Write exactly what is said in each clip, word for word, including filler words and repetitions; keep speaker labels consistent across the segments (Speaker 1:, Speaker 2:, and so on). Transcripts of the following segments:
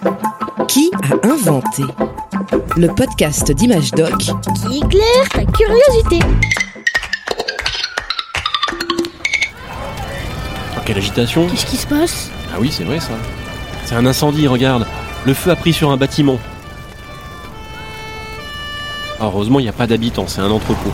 Speaker 1: Qui a inventé le podcast d'Image Doc
Speaker 2: qui éclaire ta curiosité?
Speaker 3: Oh, quelle agitation!
Speaker 2: Qu'est-ce qui se passe?
Speaker 3: Ah oui, c'est vrai ça. C'est un incendie, regarde. Le feu a pris sur un bâtiment. Ah, heureusement, il n'y a pas d'habitants, c'est un entrepôt.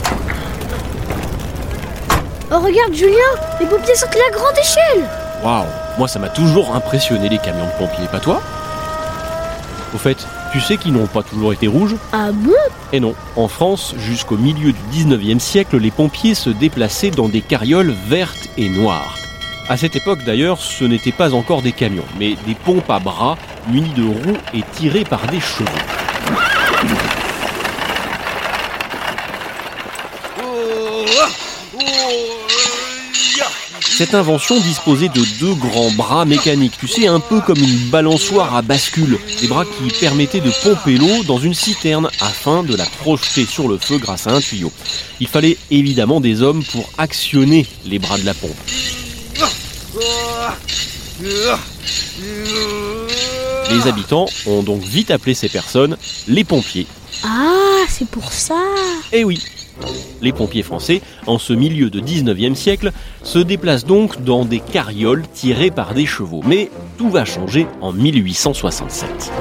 Speaker 2: Oh, regarde, Julien, les pompiers sortent à grande échelle.
Speaker 3: Waouh! Moi, ça m'a toujours impressionné les camions de pompiers, pas toi? Au fait, tu sais qu'ils n'ont pas toujours été rouges?
Speaker 2: Ah bon?
Speaker 3: Et non, en France, jusqu'au milieu du dix-neuvième siècle, les pompiers se déplaçaient dans des carrioles vertes et noires. À cette époque d'ailleurs, ce n'étaient pas encore des camions, mais des pompes à bras munies de roues et tirées par des chevaux. Cette invention disposait de deux grands bras mécaniques, tu sais, un peu comme une balançoire à bascule, des bras qui permettaient de pomper l'eau dans une citerne afin de la projeter sur le feu grâce à un tuyau. Il fallait évidemment des hommes pour actionner les bras de la pompe. Les habitants ont donc vite appelé ces personnes les pompiers.
Speaker 2: Ah, c'est pour ça.
Speaker 3: Eh oui, les pompiers français, en ce milieu de dix-neuvième siècle, se déplacent donc dans des carrioles tirées par des chevaux. Mais tout va changer en mille huit cent soixante-sept.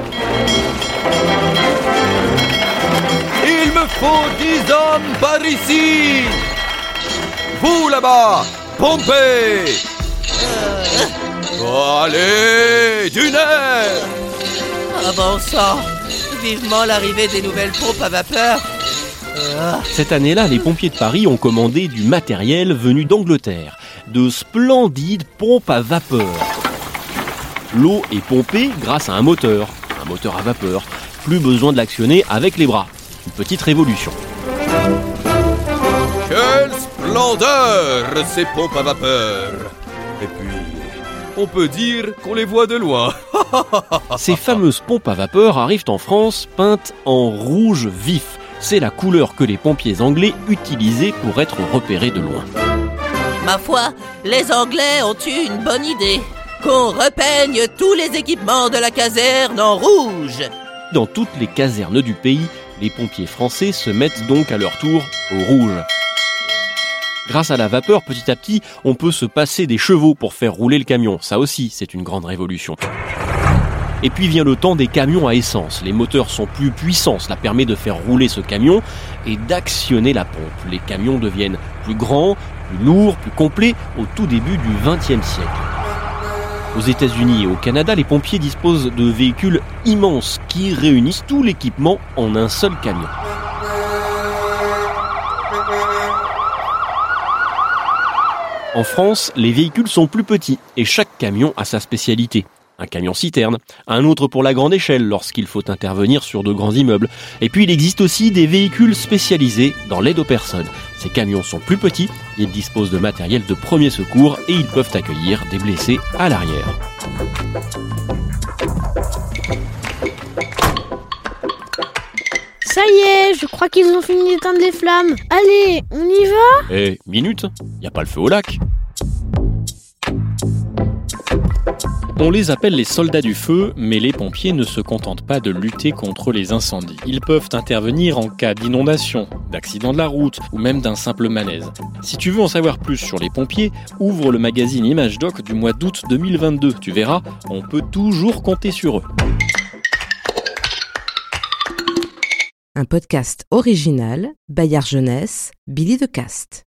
Speaker 4: Il me faut dix hommes par ici. Vous là-bas, pompez. Allez, du nerf.
Speaker 5: Ah bon sang, vivement l'arrivée des nouvelles pompes à vapeur.
Speaker 3: Cette année-là, les pompiers de Paris ont commandé du matériel venu d'Angleterre, de splendides pompes à vapeur. L'eau est pompée grâce à un moteur, un moteur à vapeur. Plus besoin de l'actionner avec les bras. Une petite révolution.
Speaker 4: Quelle splendeur, ces pompes à vapeur. Et puis, on peut dire qu'on les voit de loin.
Speaker 3: Ces fameuses pompes à vapeur arrivent en France peintes en rouge vif. C'est la couleur que les pompiers anglais utilisaient pour être repérés de loin.
Speaker 5: Ma foi, les Anglais ont eu une bonne idée. Qu'on repeigne tous les équipements de la caserne en rouge.
Speaker 3: Dans toutes les casernes du pays, les pompiers français se mettent donc à leur tour au rouge. Grâce à la vapeur, petit à petit, on peut se passer des chevaux pour faire rouler le camion. Ça aussi, c'est une grande révolution. Et puis vient le temps des camions à essence. Les moteurs sont plus puissants, cela permet de faire rouler ce camion et d'actionner la pompe. Les camions deviennent plus grands, plus lourds, plus complets au tout début du vingtième siècle. Aux États-Unis et au Canada, les pompiers disposent de véhicules immenses qui réunissent tout l'équipement en un seul camion. En France, les véhicules sont plus petits et chaque camion a sa spécialité. Un camion citerne, un autre pour la grande échelle lorsqu'il faut intervenir sur de grands immeubles. Et puis il existe aussi des véhicules spécialisés dans l'aide aux personnes. Ces camions sont plus petits, ils disposent de matériel de premier secours et ils peuvent accueillir des blessés à l'arrière.
Speaker 2: Ça y est, je crois qu'ils ont fini d'éteindre les flammes. Allez, on y va?
Speaker 3: Eh, minute, y a pas le feu au lac.
Speaker 6: On les appelle les soldats du feu, mais les pompiers ne se contentent pas de lutter contre les incendies. Ils peuvent intervenir en cas d'inondation, d'accident de la route ou même d'un simple malaise. Si tu veux en savoir plus sur les pompiers, ouvre le magazine Image Doc du mois d'août deux mille vingt-deux. Tu verras, on peut toujours compter sur eux.
Speaker 1: Un podcast original, Bayard Jeunesse, Billy de Cast.